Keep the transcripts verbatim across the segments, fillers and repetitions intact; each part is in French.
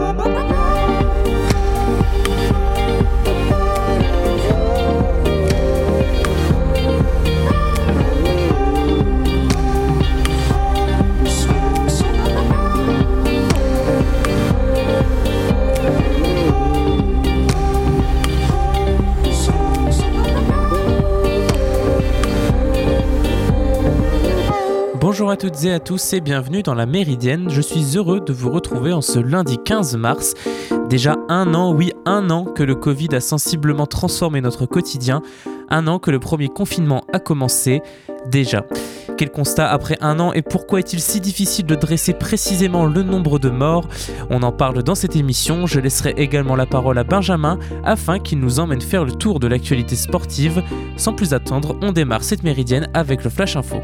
Bonjour à toutes et à tous et bienvenue dans la Méridienne. Je suis heureux de vous retrouver en ce lundi quinze mars. Déjà un an, oui un an que le Covid a sensiblement transformé notre quotidien. Un an que le premier confinement a commencé. Déjà. Quel constat après un an et pourquoi est-il si difficile de dresser précisément le nombre de morts ? On en parle dans cette émission. Je laisserai également la parole à Benjamin afin qu'il nous emmène faire le tour de l'actualité sportive. Sans plus attendre, on démarre cette Méridienne avec le Flash Info.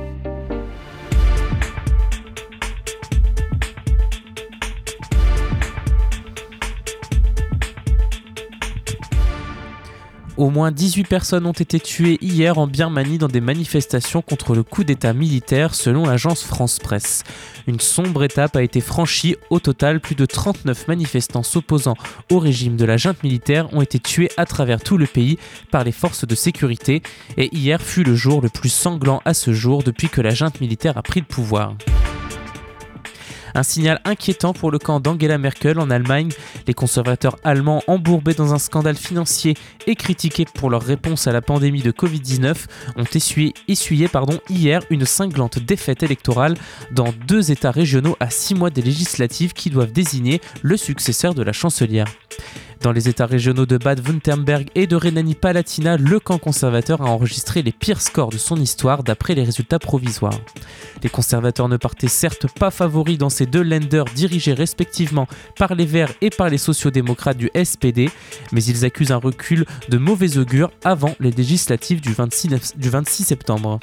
Au moins dix-huit personnes ont été tuées hier en Birmanie dans des manifestations contre le coup d'État militaire selon l'agence France Presse. Une sombre étape a été franchie. Au total, plus de trente-neuf manifestants s'opposant au régime de la junte militaire ont été tués à travers tout le pays par les forces de sécurité. Et hier fut le jour le plus sanglant à ce jour depuis que la junte militaire a pris le pouvoir. Un signal inquiétant pour le camp d'Angela Merkel en Allemagne. Les conservateurs allemands embourbés dans un scandale financier et critiqués pour leur réponse à la pandémie de covid dix-neuf ont essuyé, essuyé pardon, hier une cinglante défaite électorale dans deux États régionaux à six mois des législatives qui doivent désigner le successeur de la chancelière. Dans les États régionaux de Bade-Wurtemberg et de Rhénanie-Palatinat, le camp conservateur a enregistré les pires scores de son histoire d'après les résultats provisoires. Les conservateurs ne partaient certes pas favoris dans ces deux Länder dirigés respectivement par les Verts et par les sociodémocrates du S P D, mais ils accusent un recul de mauvais augure avant les législatives du vingt-six septembre.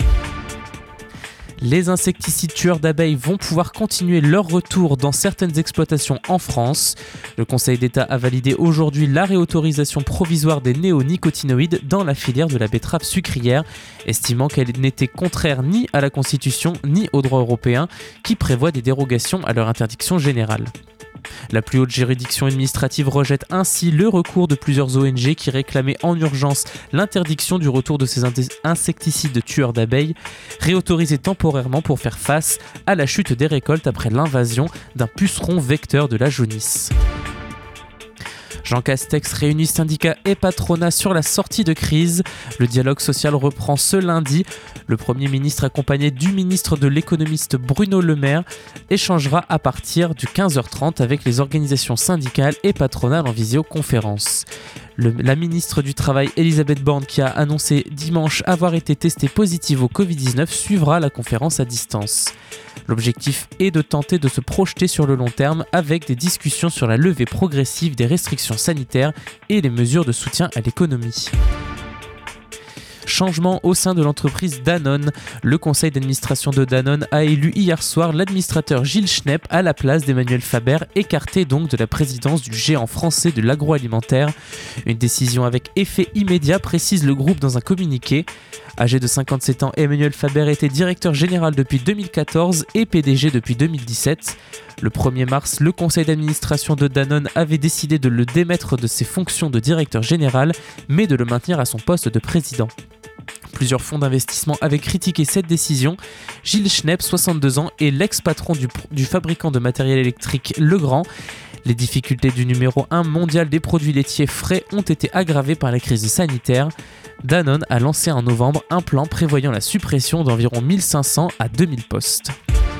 Les insecticides tueurs d'abeilles vont pouvoir continuer leur retour dans certaines exploitations en France. Le Conseil d'État a validé aujourd'hui la réautorisation provisoire des néonicotinoïdes dans la filière de la betterave sucrière, estimant qu'elle n'était contraire ni à la Constitution ni au droit européen qui prévoit des dérogations à leur interdiction générale. La plus haute juridiction administrative rejette ainsi le recours de plusieurs O N G qui réclamaient en urgence l'interdiction du retour de ces insecticides tueurs d'abeilles, réautorisés temporairement pour faire face à la chute des récoltes après l'invasion d'un puceron vecteur de la jaunisse. Jean Castex réunit syndicats et patronat sur la sortie de crise. Le dialogue social reprend ce lundi. Le Premier ministre, accompagné du ministre de l'économiste Bruno Le Maire, échangera à partir du quinze heures trente avec les organisations syndicales et patronales en visioconférence. Le, la ministre du Travail, Elisabeth Borne, qui a annoncé dimanche avoir été testée positive au covid dix-neuf, suivra la conférence à distance. L'objectif est de tenter de se projeter sur le long terme avec des discussions sur la levée progressive des restrictions sanitaires et les mesures de soutien à l'économie. Changement au sein de l'entreprise Danone. Le conseil d'administration de Danone a élu hier soir l'administrateur Gilles Schnepp à la place d'Emmanuel Faber, écarté donc de la présidence du géant français de l'agroalimentaire. Une décision avec effet immédiat, précise le groupe dans un communiqué. Âgé de cinquante-sept ans, Emmanuel Faber était directeur général depuis deux mille quatorze et P D G depuis deux mille dix-sept. Le premier mars, le conseil d'administration de Danone avait décidé de le démettre de ses fonctions de directeur général, mais de le maintenir à son poste de président. Plusieurs fonds d'investissement avaient critiqué cette décision. Gilles Schnepp, soixante-deux ans, est l'ex-patron du, du fabricant de matériel électrique Legrand. Les difficultés du numéro un mondial des produits laitiers frais ont été aggravées par la crise sanitaire. Danone a lancé en novembre un plan prévoyant la suppression d'environ mille cinq cents à deux mille postes.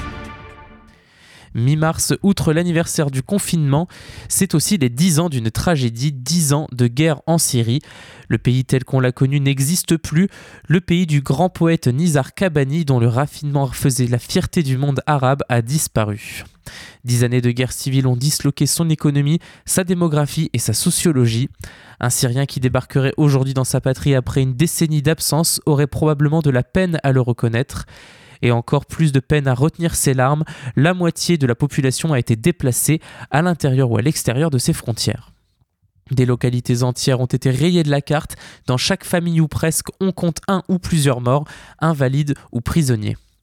Mi-mars, outre l'anniversaire du confinement, c'est aussi les dix ans d'une tragédie, dix ans de guerre en Syrie. Le pays tel qu'on l'a connu n'existe plus. Le pays du grand poète Nizar Qabani, dont le raffinement faisait la fierté du monde arabe, a disparu. Dix années de guerre civile ont disloqué son économie, sa démographie et sa sociologie. Un Syrien qui débarquerait aujourd'hui dans sa patrie après une décennie d'absence aurait probablement de la peine à le reconnaître. Et encore plus de peine à retenir ses larmes, la moitié de la population a été déplacée à l'intérieur ou à l'extérieur de ses frontières. Des localités entières ont été rayées de la carte. Dans chaque famille ou presque, on compte un ou plusieurs morts, invalides ou prisonniers.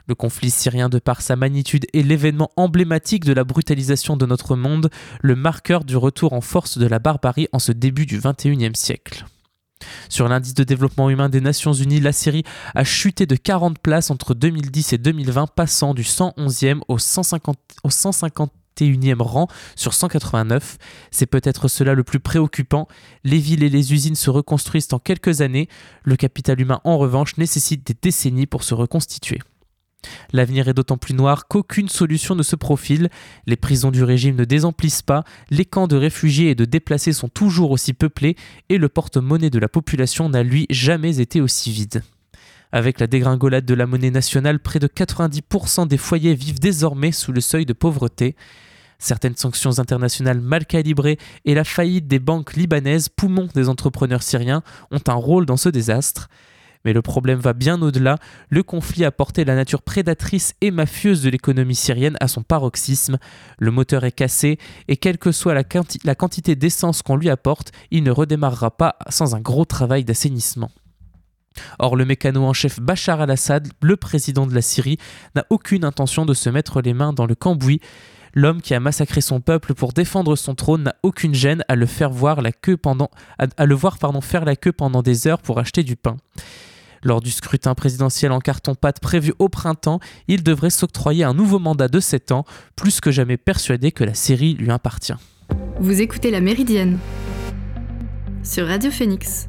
Le conflit syrien, de par sa magnitude, est l'événement emblématique de la brutalisation de notre monde, le marqueur du retour en force de la barbarie en ce début du vingt et unième siècle. Sur l'indice de développement humain des Nations Unies, la Syrie a chuté de quarante places entre deux mille dix et deux mille vingt, passant du cent onzième au cent cinquante, au cent cinquante et unième rang sur cent quatre-vingt-neuf. C'est peut-être cela le plus préoccupant. Les villes et les usines se reconstruisent en quelques années. Le capital humain, en revanche, nécessite des décennies pour se reconstituer. L'avenir est d'autant plus noir qu'aucune solution ne se profile. Les prisons du régime ne désemplissent pas, les camps de réfugiés et de déplacés sont toujours aussi peuplés et le porte-monnaie de la population n'a lui jamais été aussi vide. Avec la dégringolade de la monnaie nationale, près de quatre-vingt-dix pour cent des foyers vivent désormais sous le seuil de pauvreté. Certaines sanctions internationales mal calibrées et la faillite des banques libanaises, poumons des entrepreneurs syriens, ont un rôle dans ce désastre. Mais le problème va bien au-delà. Le conflit a porté la nature prédatrice et mafieuse de l'économie syrienne à son paroxysme. Le moteur est cassé et quelle que soit la, quanti- la quantité d'essence qu'on lui apporte, il ne redémarrera pas sans un gros travail d'assainissement. Or, le mécano en chef Bachar al-Assad, le président de la Syrie, n'a aucune intention de se mettre les mains dans le cambouis. L'homme qui a massacré son peuple pour défendre son trône n'a aucune gêne à le faire voir la queue pendant, à, à le voir pardon, faire la queue pendant des heures pour acheter du pain. Lors du scrutin présidentiel en carton-pâte prévu au printemps, il devrait s'octroyer un nouveau mandat de sept ans, plus que jamais persuadé que la Syrie lui appartient. Vous écoutez La Méridienne sur Radio Phoenix.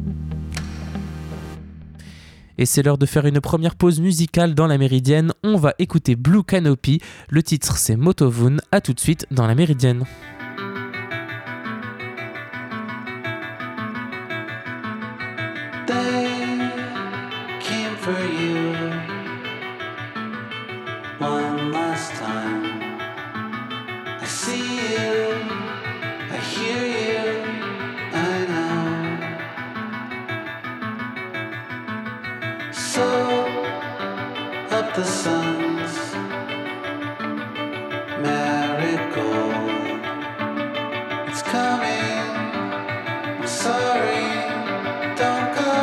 Et c'est l'heure de faire une première pause musicale dans La Méridienne. On va écouter Blue Canopy. Le titre, c'est Motovun. À tout de suite dans La Méridienne. The sun's marigold, it's coming, I'm sorry, don't go.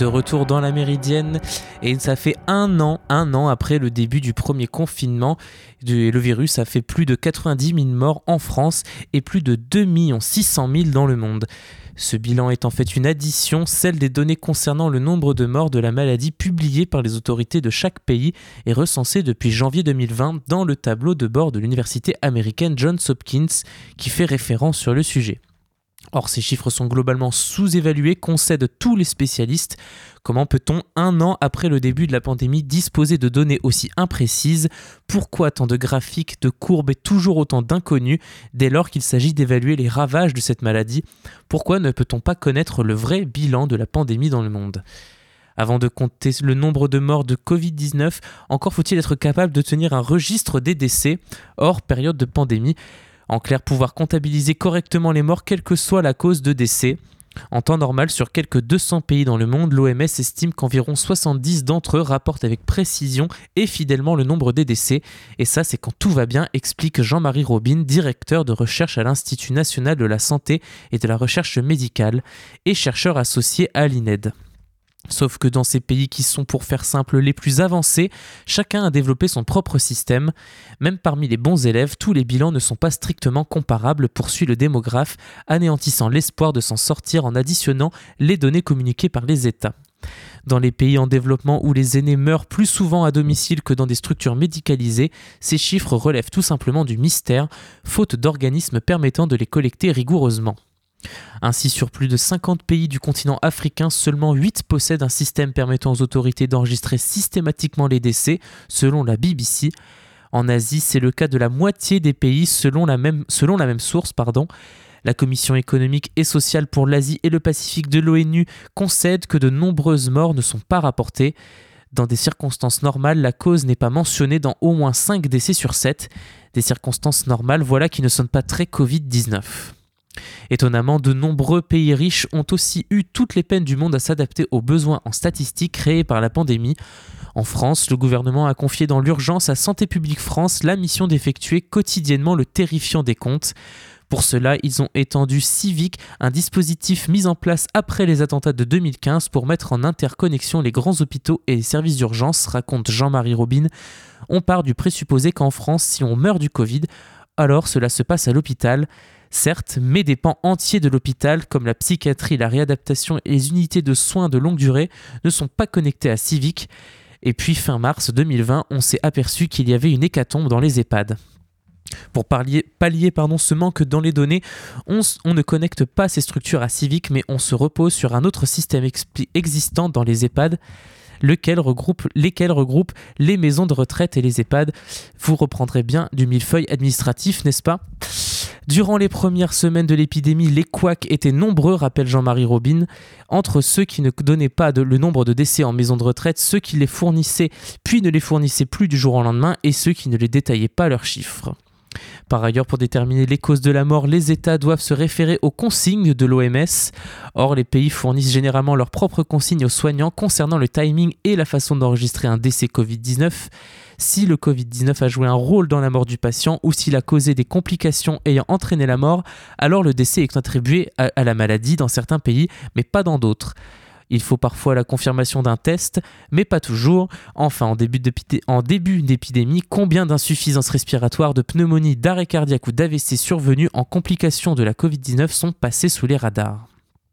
de retour dans la Méridienne et ça fait un an, un an après le début du premier confinement. Le virus a fait plus de quatre-vingt-dix mille morts en France et plus de deux millions six cent mille dans le monde. Ce bilan est en fait une addition, celle des données concernant le nombre de morts de la maladie publiées par les autorités de chaque pays et recensées depuis janvier deux mille vingt dans le tableau de bord de l'université américaine Johns Hopkins qui fait référence sur le sujet. Or, ces chiffres sont globalement sous-évalués, concèdent tous les spécialistes. Comment peut-on, un an après le début de la pandémie, disposer de données aussi imprécises ? Pourquoi tant de graphiques, de courbes et toujours autant d'inconnus dès lors qu'il s'agit d'évaluer les ravages de cette maladie ? Pourquoi ne peut-on pas connaître le vrai bilan de la pandémie dans le monde ? Avant de compter le nombre de morts de covid dix-neuf, encore faut-il être capable de tenir un registre des décès hors période de pandémie. En clair, pouvoir comptabiliser correctement les morts, quelle que soit la cause de décès. En temps normal, sur quelques deux cents pays dans le monde, l'O M S estime qu'environ soixante-dix d'entre eux rapportent avec précision et fidèlement le nombre des décès. Et ça, c'est quand tout va bien, explique Jean-Marie Robine, directeur de recherche à l'Institut national de la santé et de la recherche médicale et chercheur associé à l'I N E D. Sauf que dans ces pays qui sont, pour faire simple, les plus avancés, chacun a développé son propre système. Même parmi les bons élèves, tous les bilans ne sont pas strictement comparables, poursuit le démographe, anéantissant l'espoir de s'en sortir en additionnant les données communiquées par les États. Dans les pays en développement où les aînés meurent plus souvent à domicile que dans des structures médicalisées, ces chiffres relèvent tout simplement du mystère, faute d'organismes permettant de les collecter rigoureusement. Ainsi, sur plus de cinquante pays du continent africain, seulement huit possèdent un système permettant aux autorités d'enregistrer systématiquement les décès, selon la B B C. En Asie, c'est le cas de la moitié des pays, selon la même, selon la même source. Pardon. La Commission économique et sociale pour l'Asie et le Pacifique de l'ONU concède que de nombreuses morts ne sont pas rapportées. Dans des circonstances normales, la cause n'est pas mentionnée dans au moins cinq décès sur sept. Des circonstances normales, voilà qui ne sonnent pas très covid dix-neuf. Étonnamment, de nombreux pays riches ont aussi eu toutes les peines du monde à s'adapter aux besoins en statistiques créés par la pandémie. En France, le gouvernement a confié dans l'urgence à Santé publique France la mission d'effectuer quotidiennement le terrifiant décompte. Pour cela, ils ont étendu Civic, un dispositif mis en place après les attentats de deux mille quinze pour mettre en interconnexion les grands hôpitaux et les services d'urgence, raconte Jean-Marie Robine. On part du présupposé qu'en France, si on meurt du Covid, alors cela se passe à l'hôpital. Certes, mais des pans entiers de l'hôpital, comme la psychiatrie, la réadaptation et les unités de soins de longue durée, ne sont pas connectés à Civic. Et puis, fin mars deux mille vingt, on s'est aperçu qu'il y avait une hécatombe dans les EHPAD. Pour pallier, pallier pardon, ce manque dans les données, on, on ne connecte pas ces structures à Civic, mais on se repose sur un autre système expli- existant dans les EHPAD, lequel regroupe, lesquels regroupent les maisons de retraite et les EHPAD. Vous reprendrez bien du millefeuille administratif, n'est-ce pas ? Durant les premières semaines de l'épidémie, les couacs étaient nombreux, rappelle Jean-Marie Robine. Entre ceux qui ne donnaient pas de, le nombre de décès en maison de retraite, ceux qui les fournissaient puis ne les fournissaient plus du jour au lendemain et ceux qui ne les détaillaient pas leurs chiffres. Par ailleurs, pour déterminer les causes de la mort, les États doivent se référer aux consignes de l'O M S. Or, les pays fournissent généralement leurs propres consignes aux soignants concernant le timing et la façon d'enregistrer un décès covid dix-neuf. Si le covid dix-neuf a joué un rôle dans la mort du patient ou s'il a causé des complications ayant entraîné la mort, alors le décès est attribué à, à la maladie dans certains pays, mais pas dans d'autres. Il faut parfois la confirmation d'un test, mais pas toujours. Enfin, en début, en début d'épidémie, combien d'insuffisances respiratoires, de pneumonie, d'arrêt cardiaque ou d'A V C survenus en complications de la covid dix-neuf sont passés sous les radars ?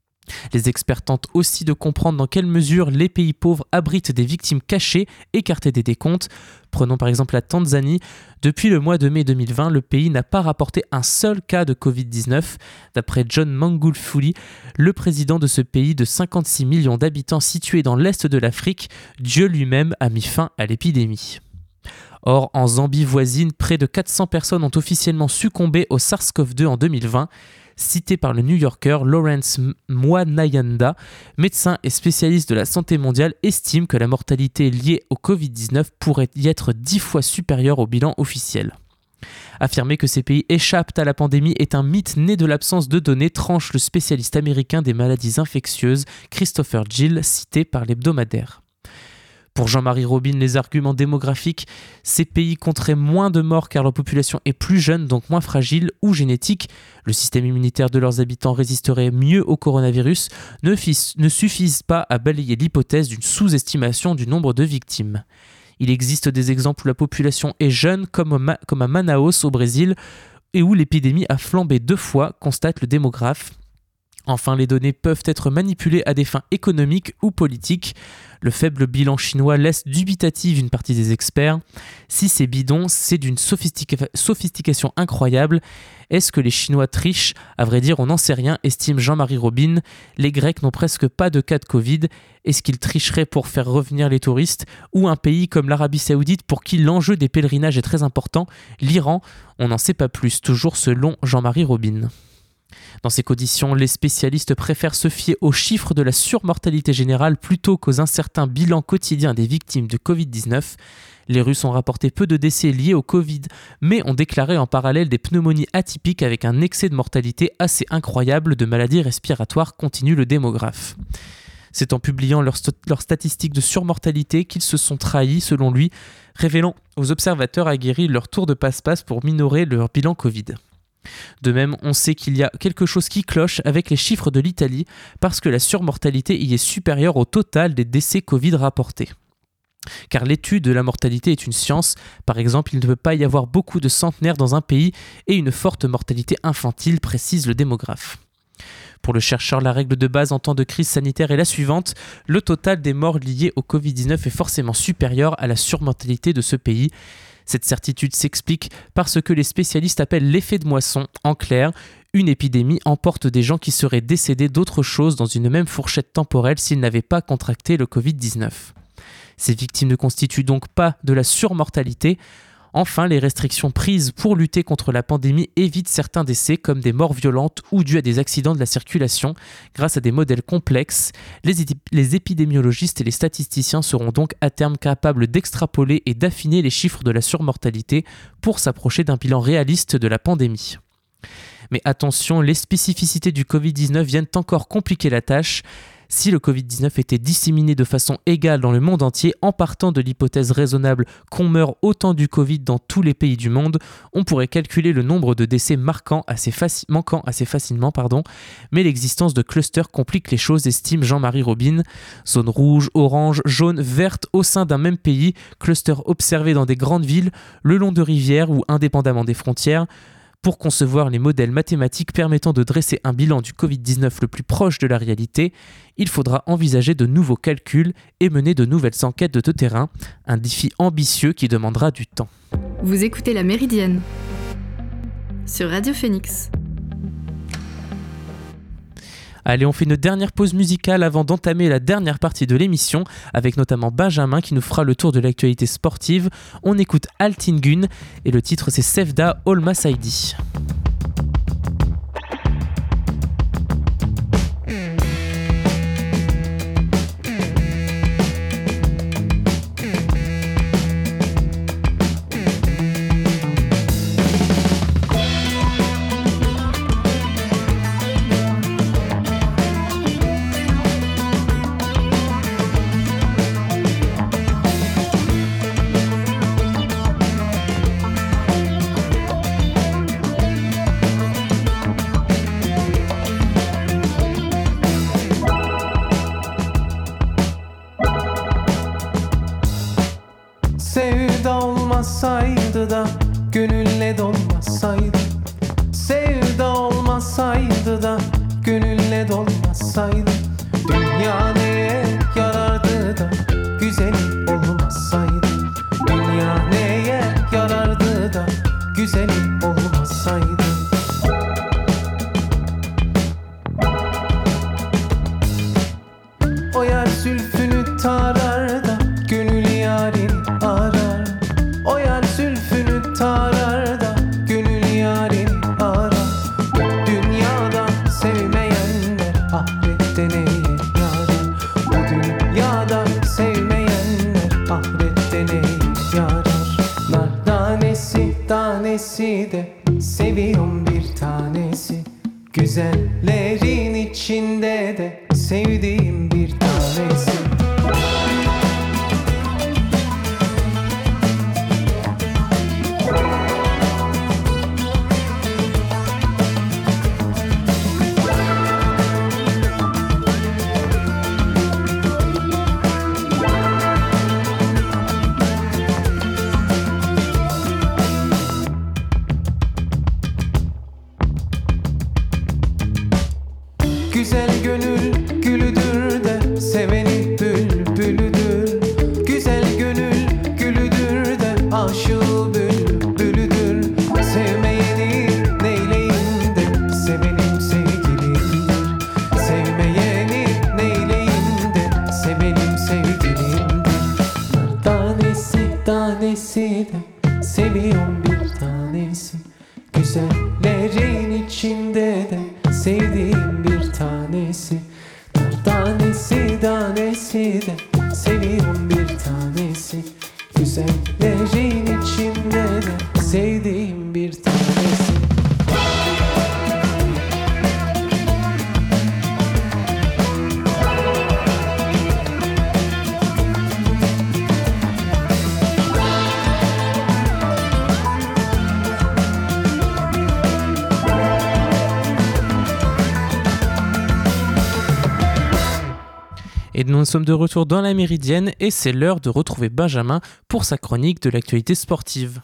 Les experts tentent aussi de comprendre dans quelle mesure les pays pauvres abritent des victimes cachées, écartées des décomptes. Prenons par exemple la Tanzanie. Depuis le mois de mai deux mille vingt, le pays n'a pas rapporté un seul cas de covid dix-neuf. D'après John Magufuli, le président de ce pays de cinquante-six millions d'habitants situé dans l'est de l'Afrique, Dieu lui-même a mis fin à l'épidémie. Or, en Zambie voisine, près de quatre cents personnes ont officiellement succombé au SARS-CoV deux en deux mille vingt. Cité par le New Yorker, Lawrence Mwanayanda, médecin et spécialiste de la santé mondiale, estime que la mortalité liée au covid dix-neuf pourrait y être dix fois supérieure au bilan officiel. Affirmer que ces pays échappent à la pandémie est un mythe né de l'absence de données, tranche le spécialiste américain des maladies infectieuses Christopher Gill, cité par l'hebdomadaire. Pour Jean-Marie Robine, les arguments démographiques, ces pays compteraient moins de morts car leur population est plus jeune, donc moins fragile ou génétique. Le système immunitaire de leurs habitants résisterait mieux au coronavirus, ne, fis- ne suffisent pas à balayer l'hypothèse d'une sous-estimation du nombre de victimes. Il existe des exemples où la population est jeune, comme, au Ma- comme à Manaus au Brésil, et où l'épidémie a flambé deux fois, constate le démographe. Enfin, les données peuvent être manipulées à des fins économiques ou politiques. Le faible bilan chinois laisse dubitative une partie des experts. Si c'est bidon, c'est d'une sophistica- sophistication incroyable. Est-ce que les Chinois trichent ? À vrai dire, on n'en sait rien, estime Jean-Marie Robine. Les Grecs n'ont presque pas de cas de Covid. Est-ce qu'ils tricheraient pour faire revenir les touristes ? Ou un pays comme l'Arabie Saoudite pour qui l'enjeu des pèlerinages est très important ? L'Iran, on n'en sait pas plus, toujours selon Jean-Marie Robine. Dans ces conditions, les spécialistes préfèrent se fier aux chiffres de la surmortalité générale plutôt qu'aux incertains bilans quotidiens des victimes de covid dix-neuf. Les Russes ont rapporté peu de décès liés au Covid, mais ont déclaré en parallèle des pneumonies atypiques avec un excès de mortalité assez incroyable de maladies respiratoires, continue le démographe. C'est en publiant leurs st- leurs statistiques de surmortalité qu'ils se sont trahis, selon lui, révélant aux observateurs aguerris leur tour de passe-passe pour minorer leur bilan Covid. De même, on sait qu'il y a quelque chose qui cloche avec les chiffres de l'Italie parce que la surmortalité y est supérieure au total des décès Covid rapportés. Car l'étude de la mortalité est une science. Par exemple, il ne peut pas y avoir beaucoup de centenaires dans un pays et une forte mortalité infantile, précise le démographe. Pour le chercheur, la règle de base en temps de crise sanitaire est la suivante. Le total des morts liés au covid dix-neuf est forcément supérieur à la surmortalité de ce pays. Cette certitude s'explique par ce que les spécialistes appellent l'effet de moisson. En clair, une épidémie emporte des gens qui seraient décédés d'autre chose dans une même fourchette temporelle s'ils n'avaient pas contracté le covid dix-neuf. Ces victimes ne constituent donc pas de la surmortalité. Enfin, les restrictions prises pour lutter contre la pandémie évitent certains décès comme des morts violentes ou dus à des accidents de la circulation grâce à des modèles complexes. Les, épid- les épidémiologistes et les statisticiens seront donc à terme capables d'extrapoler et d'affiner les chiffres de la surmortalité pour s'approcher d'un bilan réaliste de la pandémie. Mais attention, les spécificités du covid dix-neuf viennent encore compliquer la tâche. Si le covid dix-neuf était disséminé de façon égale dans le monde entier, en partant de l'hypothèse raisonnable qu'on meurt autant du Covid dans tous les pays du monde, on pourrait calculer le nombre de décès marquant assez faci- manquant assez facilement, pardon. Mais l'existence de clusters complique les choses, estime Jean-Marie Robine. Zone rouge, orange, jaune, verte au sein d'un même pays, clusters observés dans des grandes villes, le long de rivières ou indépendamment des frontières. Pour concevoir les modèles mathématiques permettant de dresser un bilan du covid dix-neuf le plus proche de la réalité, il faudra envisager de nouveaux calculs et mener de nouvelles enquêtes de terrain, un défi ambitieux qui demandera du temps. Vous écoutez La Méridienne sur Radio Phoenix. Allez, on fait une dernière pause musicale avant d'entamer la dernière partie de l'émission, avec notamment Benjamin qui nous fera le tour de l'actualité sportive. On écoute Altingun et le titre c'est Sevda Olmasaidi. Sevda olmasaydı da gönülle dolmasaydı, sevda olmasaydı da gönülle dolmasaydı, dünya neye yarardı da güzeli olmasaydı, dünya neye yarardı da güzeli olmasaydı. O yer zülfünü tarar da gönül yarini arar. O yer zülfünü tarar da gönül yarini arar. Bu dünyada sevmeyenler ahirette neye yarar? Bu dünyada sevmeyenler ahirette neye yarar? Nar tanesi tanesi de seviyorum bir tanesi. Güzellerin içinde de sevdiğim bir tanesi. sevdiğim bir tanesi, tanesi de seviyorum bir tanesi. Güzellerin içinde de sevdiğim bir tanesi. Tanesi, tanesi de seviyorum bir tanesi. Güzellerin içinde de sevdiğim bir tanesi. Et nous sommes de retour dans la Méridienne et c'est l'heure de retrouver Benjamin pour sa chronique de l'actualité sportive.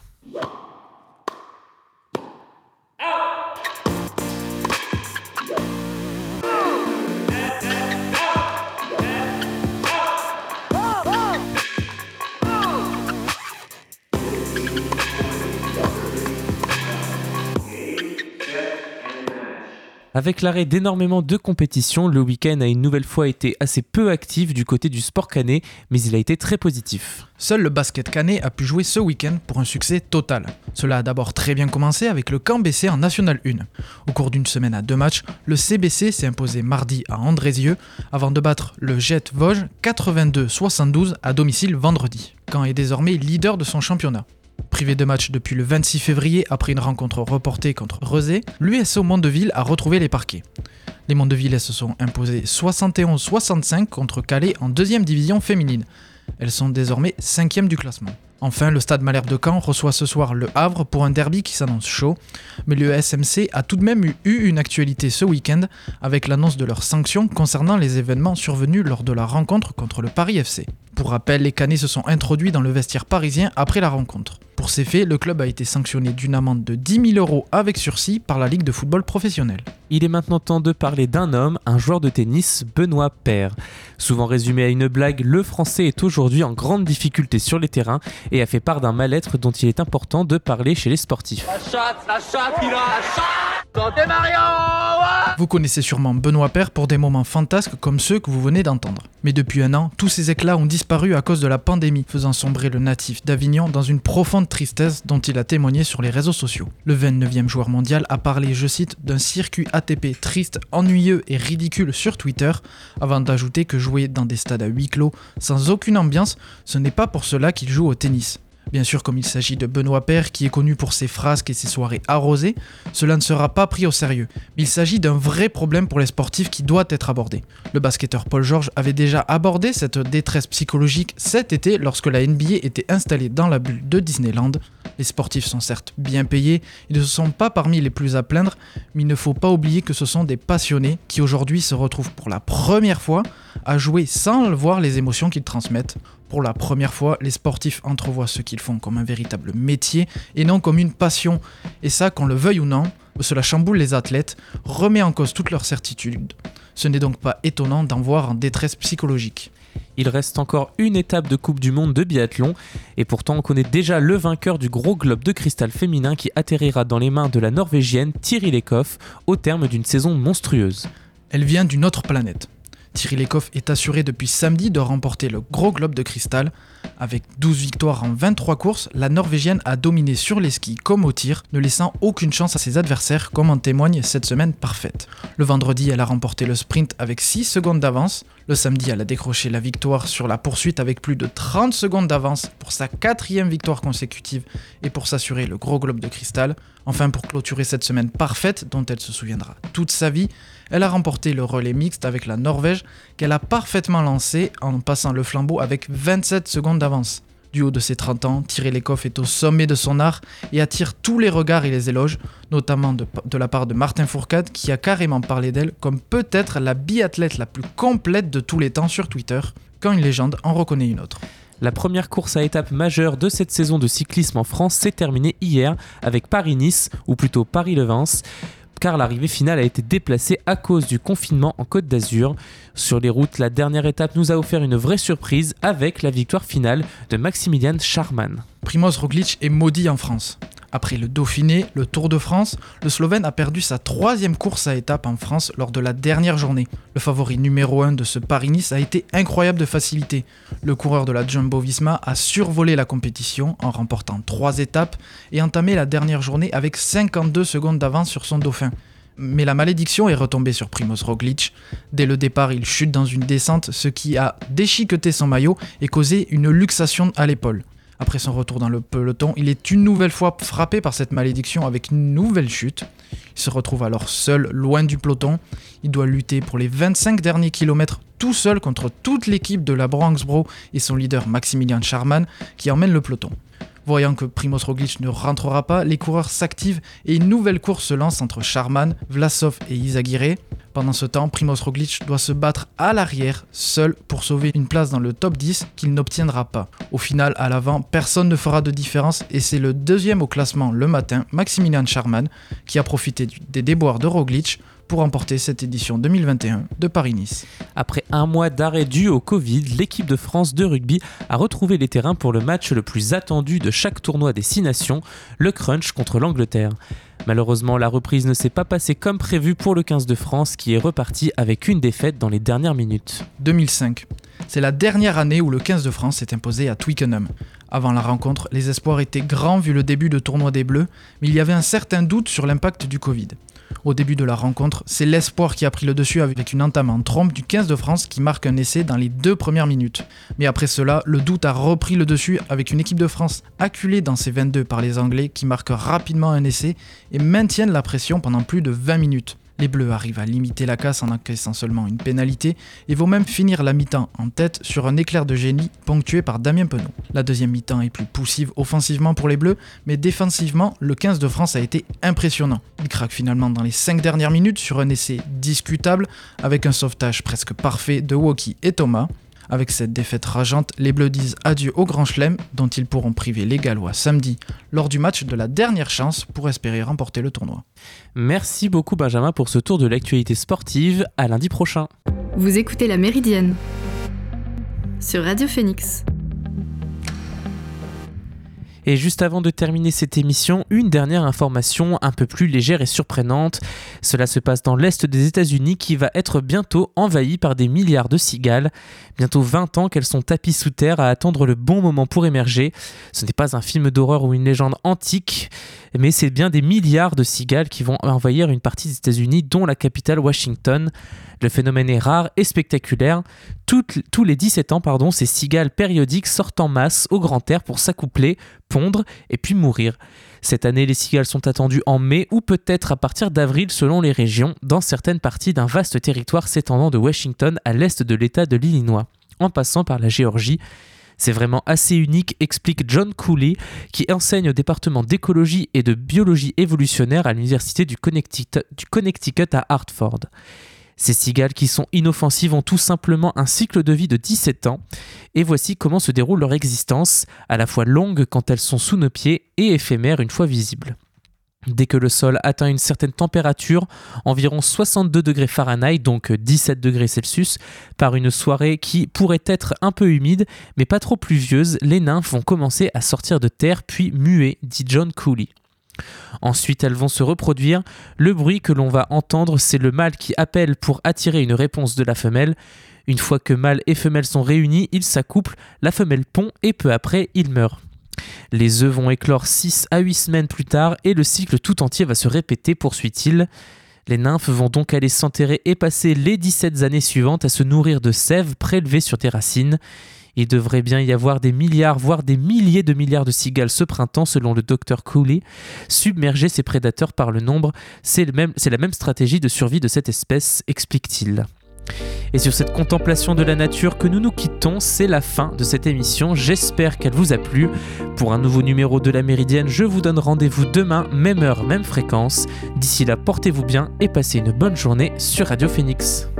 Avec l'arrêt d'énormément de compétitions, le week-end a une nouvelle fois été assez peu actif du côté du sport canet, mais il a été très positif. Seul le basket canet a pu jouer ce week-end pour un succès total. Cela a d'abord très bien commencé avec le camp B C en National un. Au cours d'une semaine à deux matchs, le C B C s'est imposé mardi à Andrézieux avant de battre le Jet Vosges quatre-vingt-deux soixante-douze à domicile vendredi. Caen est désormais leader de son championnat. Privé de match depuis le vingt-six février après une rencontre reportée contre Rezé, l'U S O Mondeville a retrouvé les parquets. Les Mondevillais se sont imposés soixante et onze soixante-cinq contre Calais en deuxième division féminine. Elles sont désormais cinquième du classement. Enfin, le Stade Malherbe de Caen reçoit ce soir le Havre pour un derby qui s'annonce chaud, mais le S M C a tout de même eu une actualité ce week-end avec l'annonce de leurs sanctions concernant les événements survenus lors de la rencontre contre le Paris F C. Pour rappel, les Canets se sont introduits dans le vestiaire parisien après la rencontre. Pour ces faits, le club a été sanctionné d'une amende de dix mille euros avec sursis par la Ligue de football professionnel. Il est maintenant temps de parler d'un homme, un joueur de tennis, Benoît Paire. Souvent résumé à une blague, le Français est aujourd'hui en grande difficulté sur les terrains et a fait part d'un mal-être dont il est important de parler chez les sportifs. La chatte, la chatte, il a la chatte. Santé Marion, ouais. Vous connaissez sûrement Benoît Paire pour des moments fantasques comme ceux que vous venez d'entendre. Mais depuis un an, tous ces éclats ont disparu à cause de la pandémie, faisant sombrer le natif d'Avignon dans une profonde tristesse dont il a témoigné sur les réseaux sociaux. Le vingt-neuvième joueur mondial a parlé, je cite, d'un circuit A T P triste, ennuyeux et ridicule sur Twitter, avant d'ajouter que jouer dans des stades à huis clos, sans aucune ambiance, ce n'est pas pour cela qu'il joue au tennis. Bien sûr, comme il s'agit de Benoît Paire, qui est connu pour ses frasques et ses soirées arrosées, cela ne sera pas pris au sérieux. Mais il s'agit d'un vrai problème pour les sportifs qui doit être abordé. Le basketteur Paul George avait déjà abordé cette détresse psychologique cet été lorsque la N B A était installée dans la bulle de Disneyland. Les sportifs sont certes bien payés, ils ne sont pas parmi les plus à plaindre, mais il ne faut pas oublier que ce sont des passionnés qui aujourd'hui se retrouvent pour la première fois à jouer sans voir les émotions qu'ils transmettent. Pour la première fois, les sportifs entrevoient ce qu'ils font comme un véritable métier et non comme une passion. Et ça, qu'on le veuille ou non, cela chamboule les athlètes, remet en cause toutes leurs certitudes. Ce n'est donc pas étonnant d'en voir en détresse psychologique. Il reste encore une étape de Coupe du Monde de biathlon et pourtant on connaît déjà le vainqueur du gros globe de cristal féminin qui atterrira dans les mains de la Norvégienne Tiril Ekhoff au terme d'une saison monstrueuse. Elle vient d'une autre planète. Tiril Ekhoff est assuré depuis samedi de remporter le gros globe de cristal. Avec douze victoires en vingt-trois courses, la Norvégienne a dominé sur les skis comme au tir, ne laissant aucune chance à ses adversaires, comme en témoigne cette semaine parfaite. Le vendredi, elle a remporté le sprint avec six secondes d'avance. Le samedi, elle a décroché la victoire sur la poursuite avec plus de trente secondes d'avance pour sa quatrième victoire consécutive et pour s'assurer le gros globe de cristal. Enfin, pour clôturer cette semaine parfaite dont elle se souviendra toute sa vie, elle a remporté le relais mixte avec la Norvège qu'elle a parfaitement lancé en passant le flambeau avec vingt-sept secondes d'avance. Du haut de ses trente ans, Tiril Ekhoff est au sommet de son art et attire tous les regards et les éloges, notamment de, de la part de Martin Fourcade qui a carrément parlé d'elle comme peut-être la biathlète la plus complète de tous les temps sur Twitter, quand une légende en reconnaît une autre. La première course à étape majeure de cette saison de cyclisme en France s'est terminée hier avec Paris-Nice, ou plutôt Paris-Levens, car l'arrivée finale a été déplacée à cause du confinement en Côte d'Azur. Sur les routes, la dernière étape nous a offert une vraie surprise avec la victoire finale de Maximilian Scharmann. Primož Roglič est maudit en France. Après le Dauphiné, le Tour de France, le Slovène a perdu sa troisième course à étapes en France lors de la dernière journée. Le favori numéro un de ce Paris-Nice a été incroyable de facilité. Le coureur de la Jumbo-Visma a survolé la compétition en remportant trois étapes et entamé la dernière journée avec cinquante-deux secondes d'avance sur son dauphin. Mais la malédiction est retombée sur Primož Roglič. Dès le départ, il chute dans une descente, ce qui a déchiqueté son maillot et causé une luxation à l'épaule. Après son retour dans le peloton, il est une nouvelle fois frappé par cette malédiction avec une nouvelle chute. Il se retrouve alors seul, loin du peloton. Il doit lutter pour les vingt-cinq derniers kilomètres tout seul contre toute l'équipe de la Branksbro et son leader Maximilian Scharmann qui emmène le peloton. Voyant que Primož Roglič ne rentrera pas, les coureurs s'activent et une nouvelle course se lance entre Scharmann, Vlasov et Izagirre. Pendant ce temps, Primož Roglič doit se battre à l'arrière, seul, pour sauver une place dans le top dix qu'il n'obtiendra pas. Au final, à l'avant, personne ne fera de différence et c'est le deuxième au classement le matin, Maximilian Scharmann, qui a profité des déboires de Roglič pour remporter cette édition deux mille vingt et un de Paris-Nice. Après un mois d'arrêt dû au Covid, l'équipe de France de rugby a retrouvé les terrains pour le match le plus attendu de chaque tournoi des six nations, le Crunch contre l'Angleterre. Malheureusement, la reprise ne s'est pas passée comme prévu pour le quinze de France qui est reparti avec une défaite dans les dernières minutes. deux mille cinq. C'est la dernière année où le quinze de France s'est imposé à Twickenham. Avant la rencontre, les espoirs étaient grands vu le début de tournoi des Bleus, mais il y avait un certain doute sur l'impact du Covid. Au début de la rencontre, c'est l'espoir qui a pris le dessus avec une entame en trompe du quinze de France qui marque un essai dans les deux premières minutes. Mais après cela, le doute a repris le dessus avec une équipe de France acculée dans ses vingt-deux par les Anglais qui marquent rapidement un essai et maintiennent la pression pendant plus de vingt minutes. Les Bleus arrivent à limiter la casse en encaissant seulement une pénalité et vont même finir la mi-temps en tête sur un éclair de génie ponctué par Damien Penaud. La deuxième mi-temps est plus poussive offensivement pour les Bleus, mais défensivement, le quinze de France a été impressionnant. Il craque finalement dans les cinq dernières minutes sur un essai discutable avec un sauvetage presque parfait de Woki et Thomas. Avec cette défaite rageante, les Bleus disent adieu au Grand Chelem, dont ils pourront priver les Gallois samedi lors du match de la dernière chance pour espérer remporter le tournoi. Merci beaucoup Benjamin pour ce tour de l'actualité sportive. À lundi prochain. Vous écoutez La Méridienne sur Radio Phoenix. Et juste avant de terminer cette émission, une dernière information un peu plus légère et surprenante. Cela se passe dans l'est des États-Unis qui va être bientôt envahi par des milliards de cigales. Bientôt vingt ans qu'elles sont tapies sous terre à attendre le bon moment pour émerger. Ce n'est pas un film d'horreur ou une légende antique, mais c'est bien des milliards de cigales qui vont envahir une partie des États-Unis, dont la capitale Washington. Le phénomène est rare et spectaculaire. Toutes, tous les dix-sept ans, pardon, ces cigales périodiques sortent en masse au grand air pour s'accoupler, pondre et puis mourir. Cette année, les cigales sont attendues en mai ou peut-être à partir d'avril selon les régions, dans certaines parties d'un vaste territoire s'étendant de Washington à l'est de l'État de l'Illinois, en passant par la Géorgie. C'est vraiment assez unique, explique John Cooley, qui enseigne au département d'écologie et de biologie évolutionnaire à l'université du Connecticut, du Connecticut à Hartford. Ces cigales qui sont inoffensives ont tout simplement un cycle de vie de dix-sept ans. Et voici comment se déroule leur existence, à la fois longue quand elles sont sous nos pieds et éphémère une fois visibles. Dès que le sol atteint une certaine température, environ soixante-deux degrés Fahrenheit, donc dix-sept degrés Celsius, par une soirée qui pourrait être un peu humide, mais pas trop pluvieuse, les nymphes vont commencer à sortir de terre puis muer, dit John Cooley. Ensuite, elles vont se reproduire. Le bruit que l'on va entendre, c'est le mâle qui appelle pour attirer une réponse de la femelle. Une fois que mâle et femelle sont réunis, ils s'accouplent, la femelle pond et peu après, ils meurent. Les œufs vont éclore six à huit semaines plus tard et le cycle tout entier va se répéter, poursuit-il. Les nymphes vont donc aller s'enterrer et passer les dix-sept années suivantes à se nourrir de sève prélevée sur des racines. Il devrait bien y avoir des milliards, voire des milliers de milliards de cigales ce printemps, selon le docteur Cooley. Submerger ses prédateurs par le nombre, c'est, le même, c'est la même stratégie de survie de cette espèce, explique-t-il. Et sur cette contemplation de la nature que nous nous quittons, c'est la fin de cette émission. J'espère qu'elle vous a plu. Pour un nouveau numéro de La Méridienne, je vous donne rendez-vous demain, même heure, même fréquence. D'ici là, portez-vous bien et passez une bonne journée sur Radio Phoenix.